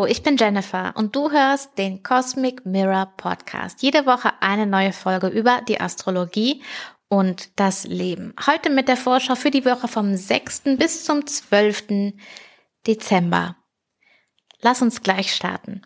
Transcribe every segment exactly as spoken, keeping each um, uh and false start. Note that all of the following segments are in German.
ich bin Jennifer und du hörst den Cosmic Mirror Podcast. Jede Woche eine neue Folge über die Astrologie und das Leben. Heute mit der Vorschau für die Woche vom sechsten bis zum zwölften Dezember. Lass uns gleich starten.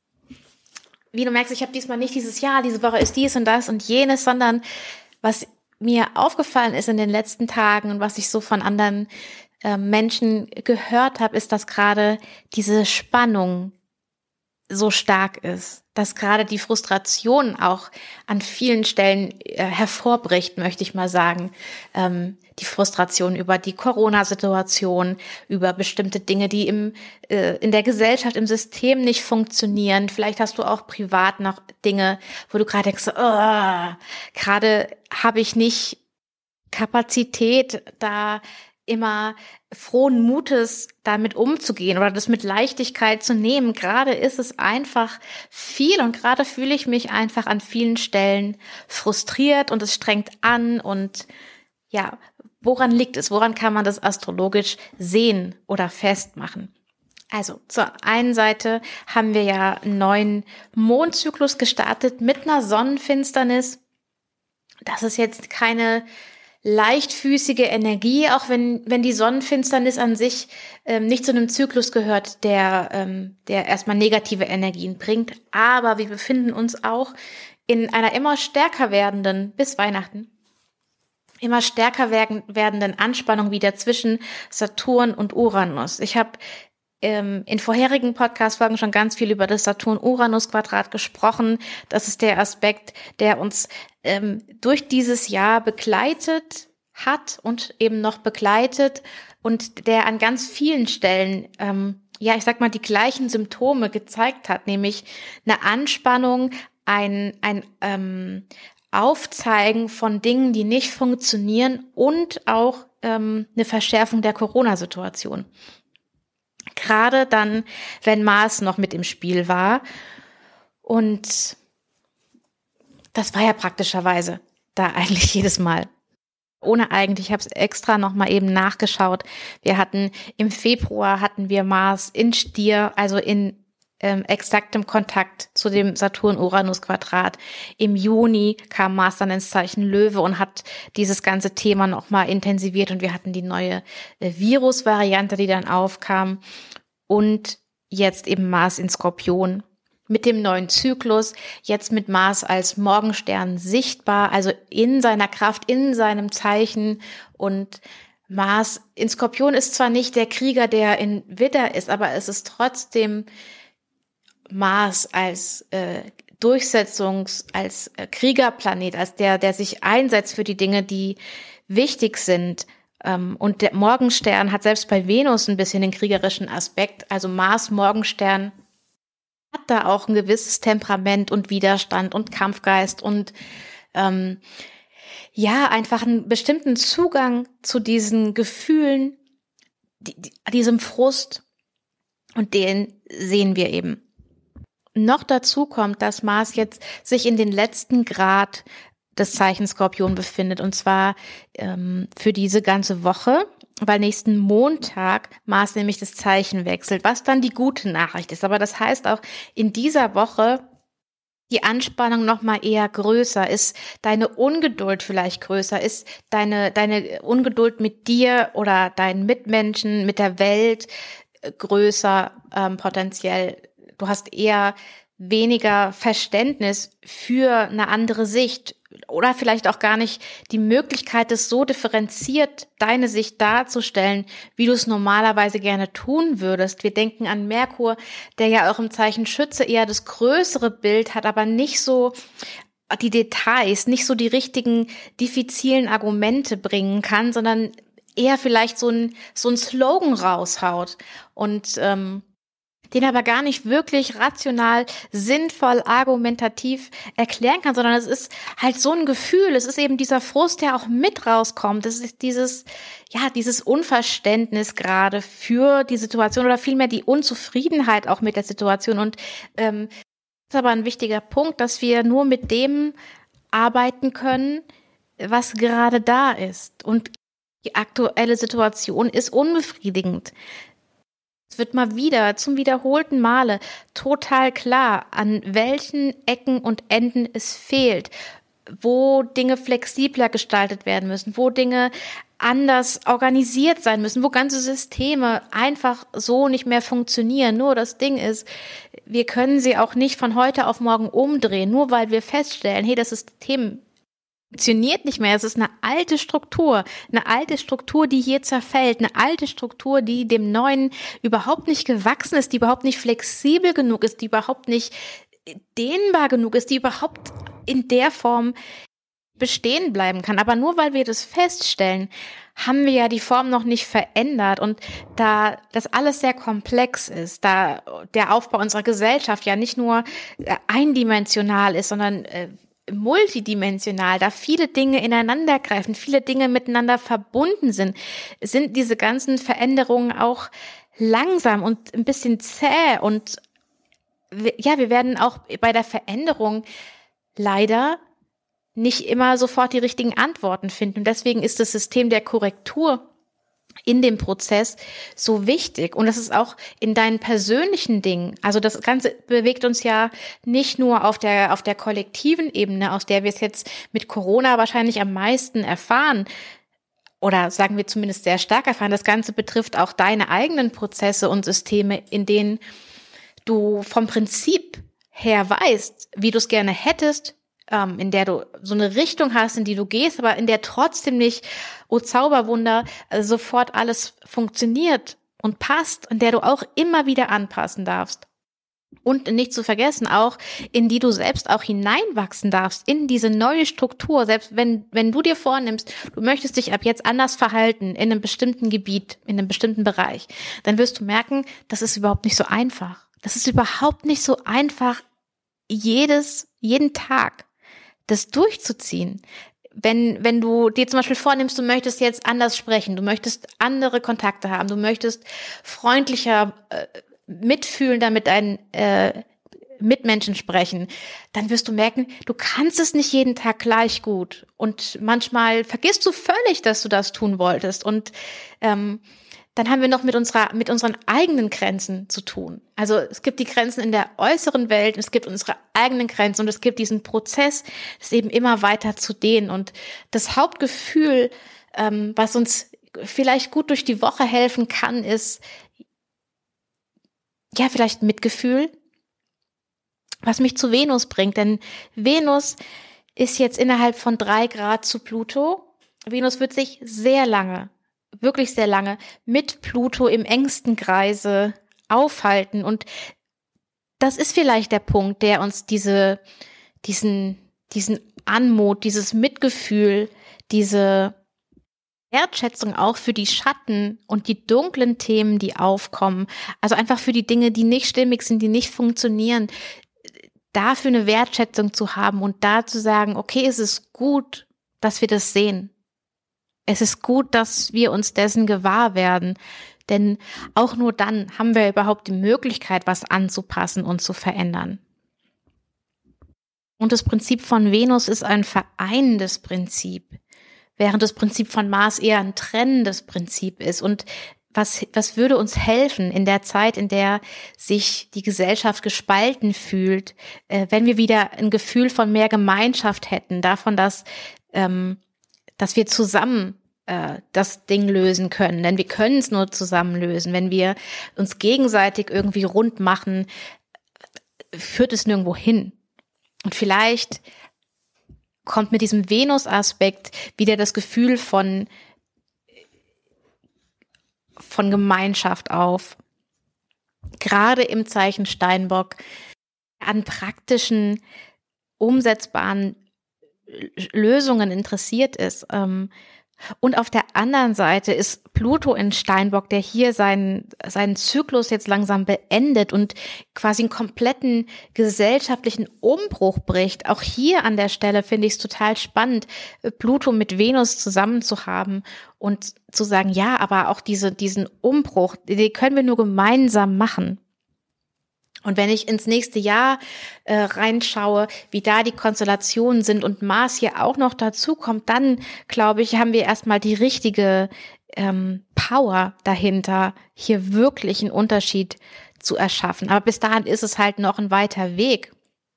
Wie du merkst, ich habe diesmal nicht dieses Jahr, diese Woche ist dies und das und jenes, sondern was mir aufgefallen ist in den letzten Tagen und was ich so von anderen äh, Menschen gehört habe, ist, dass gerade diese Spannung so stark ist, dass gerade die Frustration auch an vielen Stellen äh, hervorbricht, möchte ich mal sagen. Ähm, die Frustration über die Corona-Situation, über bestimmte Dinge, die im äh, in der Gesellschaft, im System nicht funktionieren. Vielleicht hast du auch privat noch Dinge, wo du gerade denkst, oh, gerade habe ich nicht Kapazität, da immer frohen Mutes damit umzugehen oder das mit Leichtigkeit zu nehmen. Gerade ist es einfach viel und gerade fühle ich mich einfach an vielen Stellen frustriert und es strengt an und ja, woran liegt es? Woran kann man das astrologisch sehen oder festmachen? Also zur einen Seite haben wir ja einen neuen Mondzyklus gestartet mit einer Sonnenfinsternis. Das ist jetzt keine leichtfüßige Energie, auch wenn wenn die Sonnenfinsternis an sich ähm, nicht zu einem Zyklus gehört, der ähm, der erstmal negative Energien bringt. Aber wir befinden uns auch in einer immer stärker werdenden, bis Weihnachten, immer stärker werden, werdenden Anspannung wieder zwischen Saturn und Uranus. Ich habe ähm, in vorherigen Podcast-Folgen schon ganz viel über das Saturn-Uranus-Quadrat gesprochen. Das ist der Aspekt, der uns ähm, durch dieses Jahr begleitet hat und eben noch begleitet und der an ganz vielen Stellen, ähm, ja, ich sag mal, die gleichen Symptome gezeigt hat, nämlich eine Anspannung, ein, ein ähm, Aufzeigen von Dingen, die nicht funktionieren und auch ähm, eine Verschärfung der Corona-Situation. Gerade dann, wenn Mars noch mit im Spiel war. Und das war ja praktischerweise da eigentlich jedes Mal. Ohne eigentlich, ich habe es extra nochmal eben nachgeschaut. Wir hatten im Februar hatten wir Mars in Stier, also in ähm, exaktem Kontakt zu dem Saturn-Uranus-Quadrat. Im Juni kam Mars dann ins Zeichen Löwe und hat dieses ganze Thema nochmal intensiviert und wir hatten die neue äh, Virus-Variante, die dann aufkam und jetzt eben Mars in Skorpion mit dem neuen Zyklus, jetzt mit Mars als Morgenstern sichtbar, also in seiner Kraft, in seinem Zeichen und Mars in Skorpion ist zwar nicht der Krieger, der in Widder ist, aber es ist trotzdem Mars als äh, Durchsetzungs-, als äh, Kriegerplanet, als der, der sich einsetzt für die Dinge, die wichtig sind. Ähm, und der Morgenstern hat selbst bei Venus ein bisschen den kriegerischen Aspekt. Also Mars, Morgenstern, hat da auch ein gewisses Temperament und Widerstand und Kampfgeist und ähm, ja, einfach einen bestimmten Zugang zu diesen Gefühlen, die, die, diesem Frust und den sehen wir eben. Noch dazu kommt, dass Mars jetzt sich in den letzten Grad des Zeichens Skorpion befindet und zwar ähm, für diese ganze Woche, weil nächsten Montag Mars nämlich das Zeichen wechselt, was dann die gute Nachricht ist. Aber das heißt auch, in dieser Woche die Anspannung noch mal eher größer ist, deine Ungeduld vielleicht größer ist, deine deine Ungeduld mit dir oder deinen Mitmenschen, mit der Welt äh, größer ähm, potenziell. Du hast eher weniger Verständnis für eine andere Sicht oder vielleicht auch gar nicht die Möglichkeit, es so differenziert, deine Sicht darzustellen, wie du es normalerweise gerne tun würdest. Wir denken an Merkur, der ja auch im Zeichen Schütze eher das größere Bild hat, aber nicht so die Details, nicht so die richtigen, diffizilen Argumente bringen kann, sondern eher vielleicht so ein, so ein Slogan raushaut und ähm, den aber gar nicht wirklich rational, sinnvoll, argumentativ erklären kann, sondern es ist halt so ein Gefühl, es ist eben dieser Frust, der auch mit rauskommt, es ist dieses, ja, dieses Unverständnis gerade für die Situation oder vielmehr die Unzufriedenheit auch mit der Situation und ähm, das ist aber ein wichtiger Punkt, dass wir nur mit dem arbeiten können, was gerade da ist und die aktuelle Situation ist unbefriedigend. Es wird mal wieder zum wiederholten Male total klar, an welchen Ecken und Enden es fehlt, wo Dinge flexibler gestaltet werden müssen, wo Dinge anders organisiert sein müssen, wo ganze Systeme einfach so nicht mehr funktionieren. Nur das Ding ist, wir können sie auch nicht von heute auf morgen umdrehen, nur weil wir feststellen, hey, das System funktioniert nicht mehr. Es ist eine alte Struktur, eine alte Struktur, die hier zerfällt, eine alte Struktur, die dem Neuen überhaupt nicht gewachsen ist, die überhaupt nicht flexibel genug ist, die überhaupt nicht dehnbar genug ist, die überhaupt in der Form bestehen bleiben kann. Aber nur weil wir das feststellen, haben wir ja die Form noch nicht verändert. Und da das alles sehr komplex ist, da der Aufbau unserer Gesellschaft ja nicht nur eindimensional ist, sondern äh, multidimensional, da viele Dinge ineinandergreifen, viele Dinge miteinander verbunden sind, sind diese ganzen Veränderungen auch langsam und ein bisschen zäh. Und ja, wir werden auch bei der Veränderung leider nicht immer sofort die richtigen Antworten finden. Und deswegen ist das System der Korrektur in dem Prozess so wichtig. Und das ist auch in deinen persönlichen Dingen. Also das Ganze bewegt uns ja nicht nur auf der, auf der kollektiven Ebene, aus der wir es jetzt mit Corona wahrscheinlich am meisten erfahren, oder sagen wir zumindest sehr stark erfahren. Das Ganze betrifft auch deine eigenen Prozesse und Systeme, in denen du vom Prinzip her weißt, wie du es gerne hättest, in der du so eine Richtung hast, in die du gehst, aber in der trotzdem nicht, oh Zauberwunder, sofort alles funktioniert und passt, in der du auch immer wieder anpassen darfst. Und nicht zu vergessen auch, in die du selbst auch hineinwachsen darfst, in diese neue Struktur. Selbst wenn, wenn du dir vornimmst, du möchtest dich ab jetzt anders verhalten in einem bestimmten Gebiet, in einem bestimmten Bereich, dann wirst du merken, das ist überhaupt nicht so einfach. Das ist überhaupt nicht so einfach, jedes, jeden Tag das durchzuziehen. Wenn, wenn du dir zum Beispiel vornimmst, du möchtest jetzt anders sprechen, du möchtest andere Kontakte haben, du möchtest freundlicher, äh, mitfühlender mit deinen äh, Mitmenschen sprechen, dann wirst du merken, du kannst es nicht jeden Tag gleich gut. Und manchmal vergisst du völlig, dass du das tun wolltest. Und ähm, dann haben wir noch mit unserer, mit unseren eigenen Grenzen zu tun. Also es gibt die Grenzen in der äußeren Welt, es gibt unsere eigenen Grenzen und es gibt diesen Prozess, das eben immer weiter zu dehnen. Und das Hauptgefühl, ähm, was uns vielleicht gut durch die Woche helfen kann, ist, ja, vielleicht Mitgefühl, was mich zu Venus bringt. Denn Venus ist jetzt innerhalb von drei Grad zu Pluto. Venus wird sich sehr lange wirklich sehr lange mit Pluto im engsten Kreise aufhalten. Und das ist vielleicht der Punkt, der uns diese, diesen, diesen Anmut, dieses Mitgefühl, diese Wertschätzung auch für die Schatten und die dunklen Themen, die aufkommen, also einfach für die Dinge, die nicht stimmig sind, die nicht funktionieren, dafür eine Wertschätzung zu haben und da zu sagen, okay, es ist gut, dass wir das sehen. Es ist gut, dass wir uns dessen gewahr werden, denn auch nur dann haben wir überhaupt die Möglichkeit, was anzupassen und zu verändern. Und das Prinzip von Venus ist ein vereinendes Prinzip, während das Prinzip von Mars eher ein trennendes Prinzip ist. Und was, was würde uns helfen in der Zeit, in der sich die Gesellschaft gespalten fühlt, äh, wenn wir wieder ein Gefühl von mehr Gemeinschaft hätten, davon, dass ähm, dass wir zusammen äh, das Ding lösen können. Denn wir können es nur zusammen lösen. Wenn wir uns gegenseitig irgendwie rund machen, führt es nirgendwo hin. Und vielleicht kommt mit diesem Venus-Aspekt wieder das Gefühl von, von Gemeinschaft auf. Gerade im Zeichen Steinbock an praktischen, umsetzbaren Lösungen interessiert ist. Und auf der anderen Seite ist Pluto in Steinbock, der hier seinen, seinen Zyklus jetzt langsam beendet und quasi einen kompletten gesellschaftlichen Umbruch bricht. Auch hier an der Stelle finde ich es total spannend, Pluto mit Venus zusammen zu haben und zu sagen, ja, aber auch diese, diesen Umbruch, den können wir nur gemeinsam machen. Und wenn ich ins nächste Jahr äh, reinschaue, wie da die Konstellationen sind und Mars hier auch noch dazu kommt, dann, glaube ich, haben wir erstmal die richtige ähm, Power dahinter, hier wirklich einen Unterschied zu erschaffen. Aber bis dahin ist es halt noch ein weiter Weg.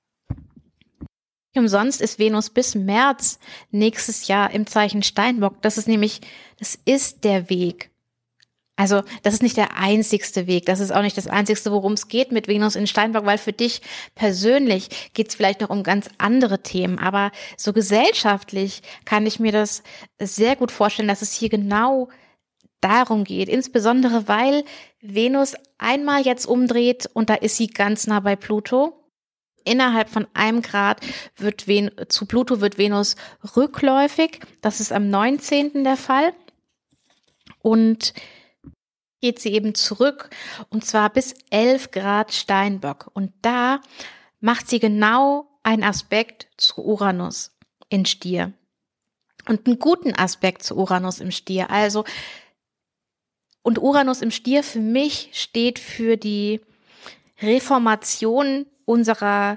Umsonst ist Venus bis März nächstes Jahr im Zeichen Steinbock. Das ist nämlich, das ist der Weg. Also das ist nicht der einzigste Weg. Das ist auch nicht das einzigste, worum es geht mit Venus in Steinbock, weil für dich persönlich geht es vielleicht noch um ganz andere Themen. Aber so gesellschaftlich kann ich mir das sehr gut vorstellen, dass es hier genau darum geht. Insbesondere, weil Venus einmal jetzt umdreht und da ist sie ganz nah bei Pluto. Innerhalb von einem Grad wird Ven- zu Pluto wird Venus rückläufig. Das ist am neunzehnten der Fall. Und geht sie eben zurück und zwar bis elf Grad Steinbock. Und da macht sie genau einen Aspekt zu Uranus in Stier. Und einen guten Aspekt zu Uranus im Stier. Also, und Uranus im Stier für mich steht für die Reformation unserer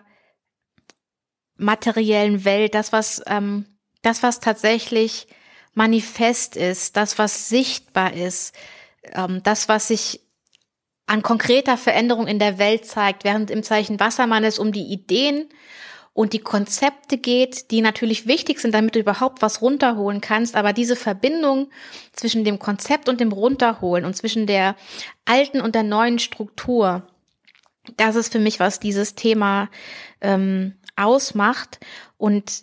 materiellen Welt, das was, ähm, das was tatsächlich manifest ist, das was sichtbar ist, ähm, das was sich an konkreter Veränderung in der Welt zeigt, während im Zeichen Wassermann es um die Ideen und die Konzepte geht, die natürlich wichtig sind, damit du überhaupt was runterholen kannst, aber diese Verbindung zwischen dem Konzept und dem Runterholen und zwischen der alten und der neuen Struktur, das ist für mich, was dieses Thema ähm, ausmacht. Und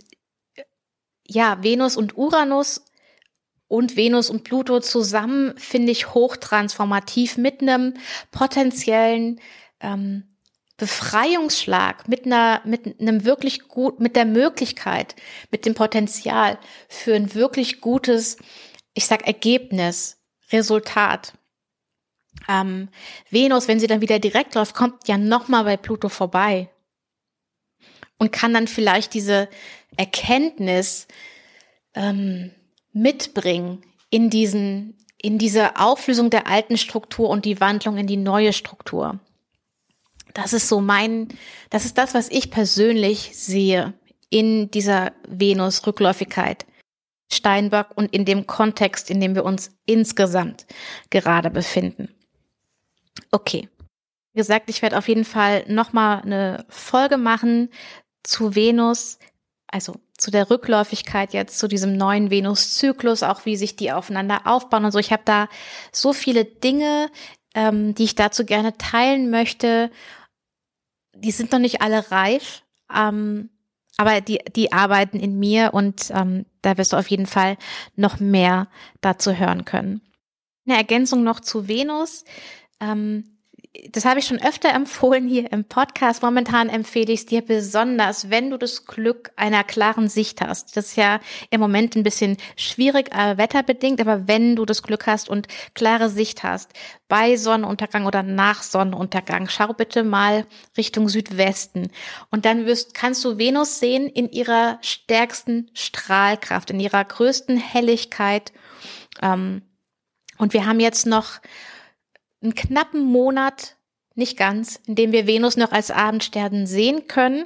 ja, Venus und Uranus und Venus und Pluto zusammen finde ich hochtransformativ mit einem potenziellen ähm, Befreiungsschlag, mit einer, mit einem wirklich gut, mit der Möglichkeit, mit dem Potenzial für ein wirklich gutes, ich sag Ergebnis, Resultat. Ähm, Venus, wenn sie dann wieder direkt läuft, kommt ja nochmal bei Pluto vorbei und kann dann vielleicht diese Erkenntnis ähm, mitbringen in diesen, in diese Auflösung der alten Struktur und die Wandlung in die neue Struktur. Das ist so mein, das ist das, was ich persönlich sehe in dieser Venus-Rückläufigkeit Steinbock und in dem Kontext, in dem wir uns insgesamt gerade befinden. Okay, wie gesagt, ich werde auf jeden Fall nochmal eine Folge machen zu Venus, also zu der Rückläufigkeit jetzt, zu diesem neuen Venus-Zyklus, auch wie sich die aufeinander aufbauen und so. Ich habe da so viele Dinge, ähm, die ich dazu gerne teilen möchte. Die sind noch nicht alle reif, ähm, aber die, die arbeiten in mir und ähm, da wirst du auf jeden Fall noch mehr dazu hören können. Eine Ergänzung noch zu Venus. Ähm, das habe ich schon öfter empfohlen hier im Podcast. Momentan empfehle ich es dir besonders, wenn du das Glück einer klaren Sicht hast. Das ist ja im Moment ein bisschen schwierig, äh, wetterbedingt, aber wenn du das Glück hast und klare Sicht hast, bei Sonnenuntergang oder nach Sonnenuntergang, schau bitte mal Richtung Südwesten. Und dann wirst, kannst du Venus sehen in ihrer stärksten Strahlkraft, in ihrer größten Helligkeit. Ähm, und wir haben jetzt noch einen knappen Monat, nicht ganz, in dem wir Venus noch als Abendstern sehen können.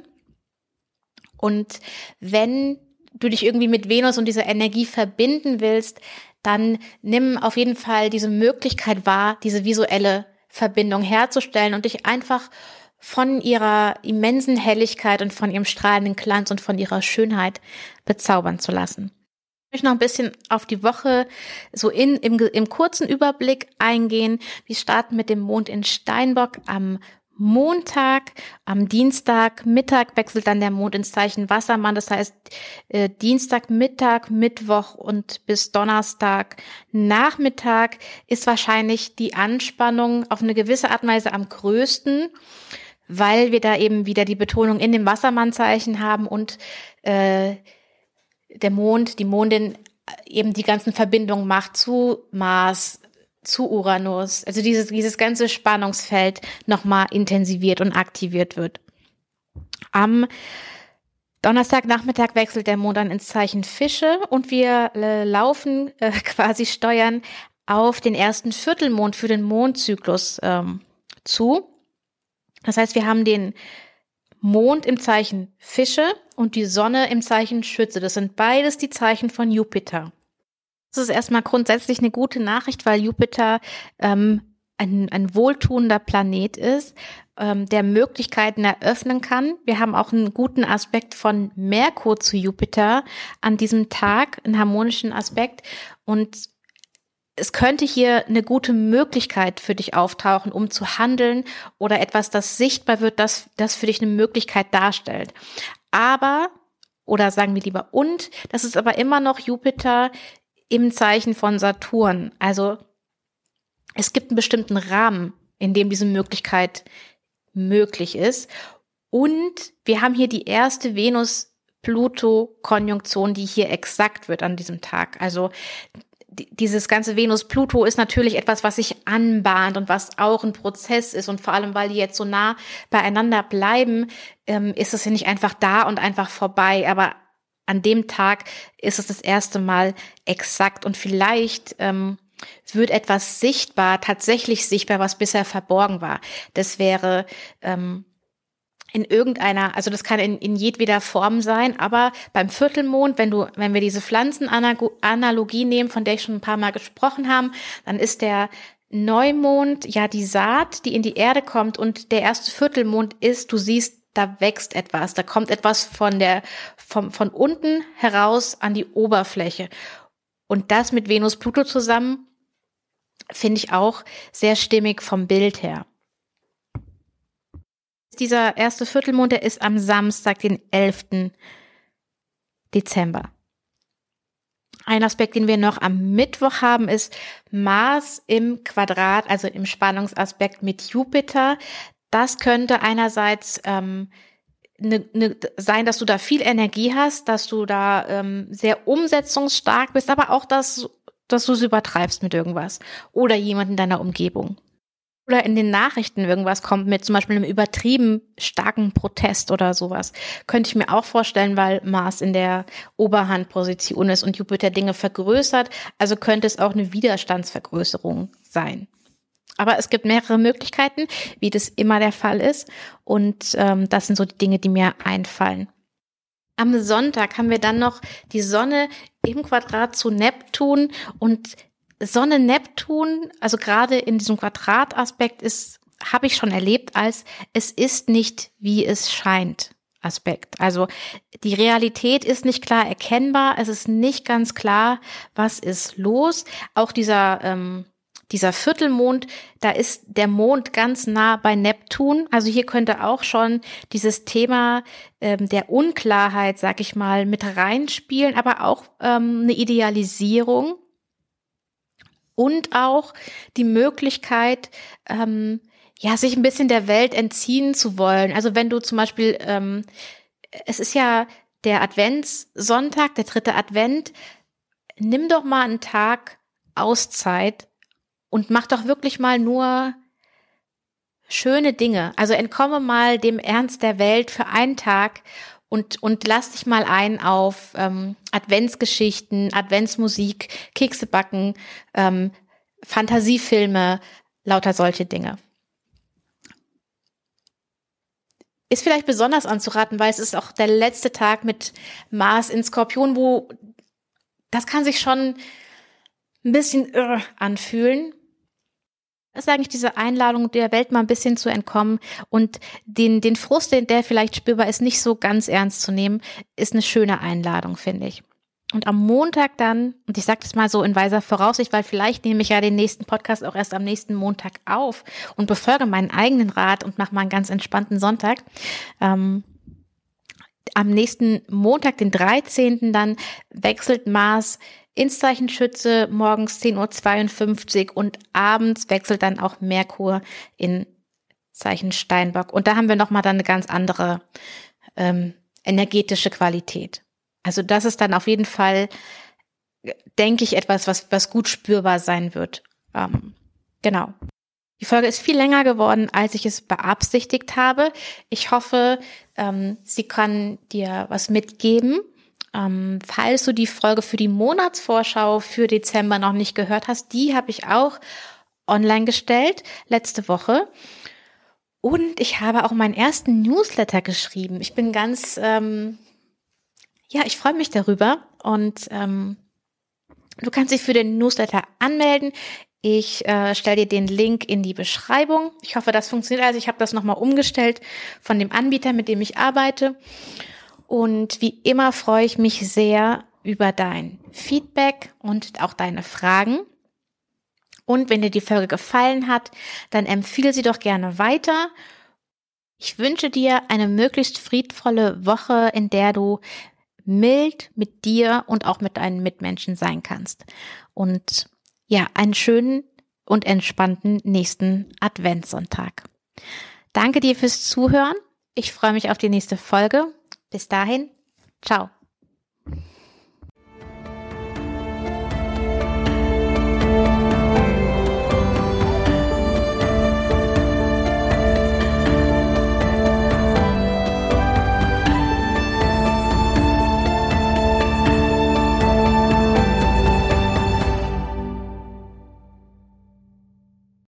Und wenn du dich irgendwie mit Venus und dieser Energie verbinden willst, dann nimm auf jeden Fall diese Möglichkeit wahr, diese visuelle Verbindung herzustellen und dich einfach von ihrer immensen Helligkeit und von ihrem strahlenden Glanz und von ihrer Schönheit bezaubern zu lassen. Ich möchte noch ein bisschen auf die Woche so in, im, im kurzen Überblick eingehen. Wir starten mit dem Mond in Steinbock am Montag. Am Dienstag Mittag wechselt dann der Mond ins Zeichen Wassermann. Das heißt, äh, Dienstag Mittag, Mittwoch und bis Donnerstag Nachmittag ist wahrscheinlich die Anspannung auf eine gewisse Art und Weise am größten, weil wir da eben wieder die Betonung in dem Wassermannzeichen haben und äh, der Mond, die Mondin eben die ganzen Verbindungen macht zu Mars, zu Uranus, also dieses, dieses ganze Spannungsfeld nochmal intensiviert und aktiviert wird. Am Donnerstagnachmittag wechselt der Mond dann ins Zeichen Fische und wir äh, laufen, äh, quasi steuern auf den ersten Viertelmond für den Mondzyklus ähm, zu. Das heißt, wir haben den Mond im Zeichen Fische und die Sonne im Zeichen Schütze. Das sind beides die Zeichen von Jupiter. Das ist erstmal grundsätzlich eine gute Nachricht, weil Jupiter ähm, ein, ein wohltuender Planet ist, ähm, der Möglichkeiten eröffnen kann. Wir haben auch einen guten Aspekt von Merkur zu Jupiter an diesem Tag, einen harmonischen Aspekt. Und es könnte hier eine gute Möglichkeit für dich auftauchen, um zu handeln oder etwas, das sichtbar wird, das, das für dich eine Möglichkeit darstellt. Aber, oder sagen wir lieber und, das ist aber immer noch Jupiter im Zeichen von Saturn. Also es gibt einen bestimmten Rahmen, in dem diese Möglichkeit möglich ist. Und wir haben hier die erste Venus-Pluto-Konjunktion, die hier exakt wird an diesem Tag. Also dieses ganze Venus-Pluto ist natürlich etwas, was sich anbahnt und was auch ein Prozess ist. Und vor allem, weil die jetzt so nah beieinander bleiben, ähm, ist es ja nicht einfach da und einfach vorbei. Aber an dem Tag ist es das erste Mal exakt. Und vielleicht ähm, wird etwas sichtbar, tatsächlich sichtbar, was bisher verborgen war. Das wäre ähm, in irgendeiner, also das kann in, in jedweder Form sein, aber beim Viertelmond, wenn du, wenn wir diese Pflanzenanalogie nehmen, von der ich schon ein paar Mal gesprochen habe, dann ist der Neumond ja die Saat, die in die Erde kommt, und der erste Viertelmond ist, du siehst, da wächst etwas, da kommt etwas von der, vom, von unten heraus an die Oberfläche. Und das mit Venus-Pluto zusammen finde ich auch sehr stimmig vom Bild her. Dieser erste Viertelmond, der ist am Samstag, den elften Dezember. Ein Aspekt, den wir noch am Mittwoch haben, ist Mars im Quadrat, also im Spannungsaspekt mit Jupiter. Das könnte einerseits ähm, ne, ne, sein, dass du da viel Energie hast, dass du da ähm, sehr umsetzungsstark bist, aber auch, dass, dass du es übertreibst mit irgendwas oder jemand in deiner Umgebung. Oder in den Nachrichten irgendwas kommt mit zum Beispiel einem übertrieben starken Protest oder sowas. Könnte ich mir auch vorstellen, weil Mars in der Oberhandposition ist und Jupiter Dinge vergrößert. Also könnte es auch eine Widerstandsvergrößerung sein. Aber es gibt mehrere Möglichkeiten, wie das immer der Fall ist. Und ähm, das sind so die Dinge, die mir einfallen. Am Sonntag haben wir dann noch die Sonne im Quadrat zu Neptun, und Sonne Neptun, also gerade in diesem Quadrataspekt ist, habe ich schon erlebt als es ist nicht, wie es scheint Aspekt. Also die Realität ist nicht klar erkennbar, es ist nicht ganz klar, was ist los. Auch dieser ähm, dieser Viertelmond, da ist der Mond ganz nah bei Neptun. Also hier könnte auch schon dieses Thema ähm, der Unklarheit, sag ich mal, mit reinspielen, aber auch ähm, eine Idealisierung. Und auch die Möglichkeit, ähm, ja, sich ein bisschen der Welt entziehen zu wollen. Also wenn du zum Beispiel, ähm, es ist ja der Adventssonntag, der dritte Advent, nimm doch mal einen Tag Auszeit und mach doch wirklich mal nur schöne Dinge. Also entkomme mal dem Ernst der Welt für einen Tag Und, und lass dich mal ein auf ähm, Adventsgeschichten, Adventsmusik, Kekse backen, ähm, Fantasiefilme, lauter solche Dinge. Ist vielleicht besonders anzuraten, weil es ist auch der letzte Tag mit Mars in Skorpion, wo das kann sich schon ein bisschen irr anfühlen. Das ist eigentlich diese Einladung, der Welt mal ein bisschen zu entkommen und den, den Frust, den der vielleicht spürbar ist, nicht so ganz ernst zu nehmen, ist eine schöne Einladung, finde ich. Und am Montag dann, und ich sage das mal so in weiser Voraussicht, weil vielleicht nehme ich ja den nächsten Podcast auch erst am nächsten Montag auf und befolge meinen eigenen Rat und mache mal einen ganz entspannten Sonntag. Ähm, am nächsten Montag, den dreizehnten dann, wechselt Mars ins Zeichen Schütze morgens zehn Uhr zweiundfünfzig und abends wechselt dann auch Merkur in Zeichen Steinbock. Und da haben wir nochmal dann eine ganz andere ähm, energetische Qualität. Also das ist dann auf jeden Fall, denke ich, etwas, was, was gut spürbar sein wird. Ähm, genau. Die Folge ist viel länger geworden, als ich es beabsichtigt habe. Ich hoffe, ähm, sie kann dir was mitgeben. Ähm, falls du die Folge für die Monatsvorschau für Dezember noch nicht gehört hast, die habe ich auch online gestellt, letzte Woche. Und ich habe auch meinen ersten Newsletter geschrieben. Ich bin ganz, ähm, ja, ich freue mich darüber. Und ähm, Du kannst dich für den Newsletter anmelden. Ich äh, stelle dir den Link in die Beschreibung. Ich hoffe, das funktioniert. Also ich habe das nochmal umgestellt von dem Anbieter, mit dem ich arbeite. Und wie immer freue ich mich sehr über dein Feedback und auch deine Fragen. Und wenn dir die Folge gefallen hat, dann empfehle sie doch gerne weiter. Ich wünsche dir eine möglichst friedvolle Woche, in der du mild mit dir und auch mit deinen Mitmenschen sein kannst. Und ja, einen schönen und entspannten nächsten Adventssonntag. Danke dir fürs Zuhören. Ich freue mich auf die nächste Folge. Bis dahin, ciao.